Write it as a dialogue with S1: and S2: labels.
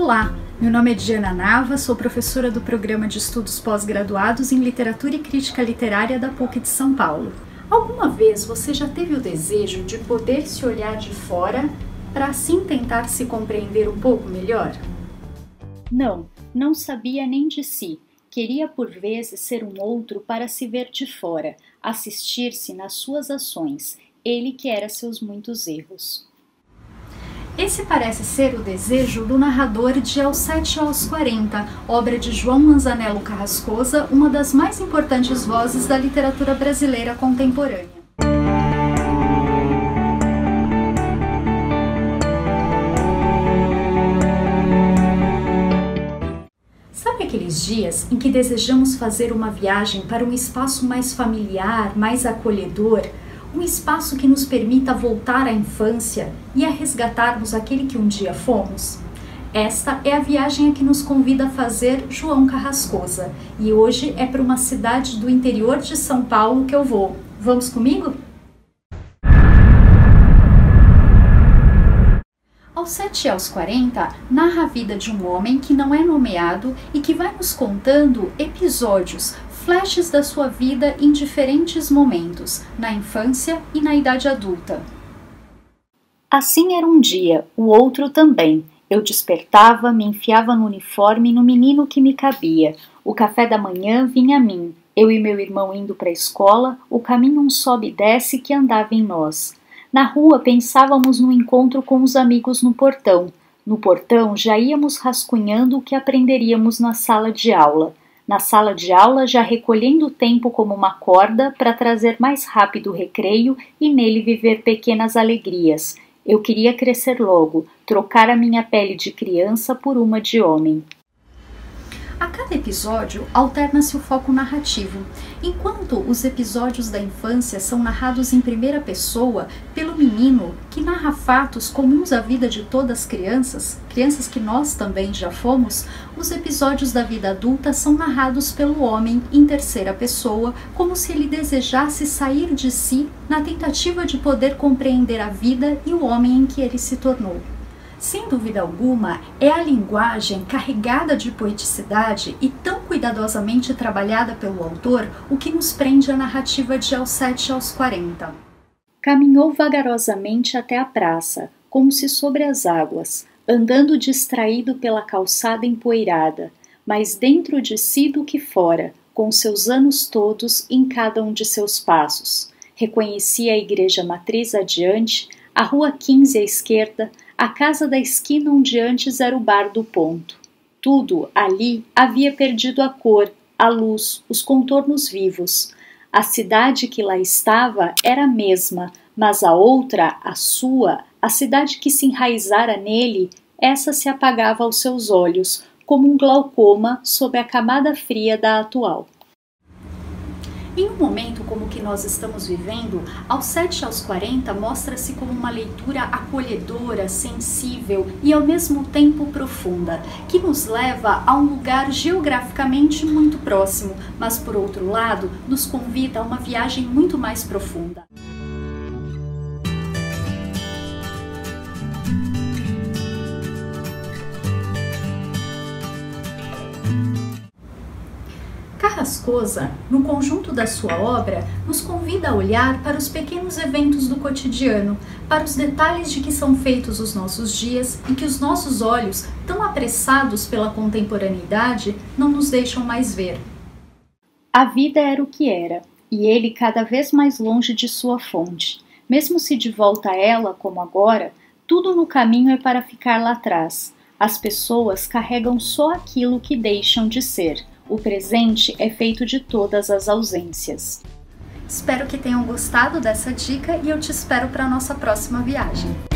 S1: Olá, meu nome é Diana Nava, sou professora do Programa de Estudos Pós-Graduados em Literatura e Crítica Literária da PUC de São Paulo. Alguma vez você já teve o desejo de poder se olhar de fora para assim tentar se compreender um pouco melhor?
S2: Não sabia nem de si. Queria por vezes ser um outro para se ver de fora, assistir-se nas suas ações, ele que era seus muitos erros.
S1: Esse parece ser o desejo do narrador de Aos 7 aos 40, obra de João Manzanello Carrascosa, uma das mais importantes vozes da literatura brasileira contemporânea. Sabe aqueles dias em que desejamos fazer uma viagem para um espaço mais familiar, mais acolhedor? Um espaço que nos permita voltar à infância e a resgatarmos aquele que um dia fomos? Esta é a viagem a que nos convida a fazer João Carrascosa, e hoje é para uma cidade do interior de São Paulo que eu vou. Vamos comigo? Aos 7 aos 40, narra a vida de um homem que não é nomeado e que vai nos contando episódios, flashes da sua vida em diferentes momentos, na infância e na idade adulta.
S2: Assim era um dia, o outro também. Eu despertava, me enfiava no uniforme e no menino que me cabia. O café da manhã vinha a mim. Eu e meu irmão indo para a escola, o caminho um sobe e desce que andava em nós. Na rua pensávamos no encontro com os amigos no portão. No portão já íamos rascunhando o que aprenderíamos na sala de aula. Na sala de aula já recolhendo o tempo como uma corda para trazer mais rápido o recreio e nele viver pequenas alegrias. Eu queria crescer logo, trocar a minha pele de criança por uma de homem.
S1: A cada episódio alterna-se o foco narrativo. Enquanto os episódios da infância são narrados em primeira pessoa pelo menino, que narra fatos comuns à vida de todas as crianças que nós também já fomos, os episódios da vida adulta são narrados pelo homem em terceira pessoa, como se ele desejasse sair de si na tentativa de poder compreender a vida e o homem em que ele se tornou. Sem dúvida alguma, é a linguagem carregada de poeticidade e tão cuidadosamente trabalhada pelo autor o que nos prende à narrativa de Aos 7 aos 40.
S2: Caminhou vagarosamente até a praça, como se sobre as águas, andando distraído pela calçada empoeirada, mais dentro de si do que fora, com seus anos todos em cada um de seus passos. Reconhecia a igreja matriz adiante, a rua 15 à esquerda, a casa da esquina onde antes era o bar do ponto. Tudo ali havia perdido a cor, a luz, os contornos vivos. A cidade que lá estava era a mesma, mas a outra, a sua, a cidade que se enraizara nele, essa se apagava aos seus olhos, como um glaucoma sob a camada fria da atual.
S1: Em um momento como o que nós estamos vivendo, Aos 7 aos 40 mostra-se como uma leitura acolhedora, sensível e ao mesmo tempo profunda, que nos leva a um lugar geograficamente muito próximo, mas por outro lado nos convida a uma viagem muito mais profunda. Carrascosa, no conjunto da sua obra, nos convida a olhar para os pequenos eventos do cotidiano, para os detalhes de que são feitos os nossos dias e que os nossos olhos, tão apressados pela contemporaneidade, não nos deixam mais ver.
S2: A vida era o que era, e ele cada vez mais longe de sua fonte. Mesmo se de volta a ela, como agora, tudo no caminho é para ficar lá atrás. As pessoas carregam só aquilo que deixam de ser. O presente é feito de todas as ausências.
S1: Espero que tenham gostado dessa dica e eu te espero para a nossa próxima viagem.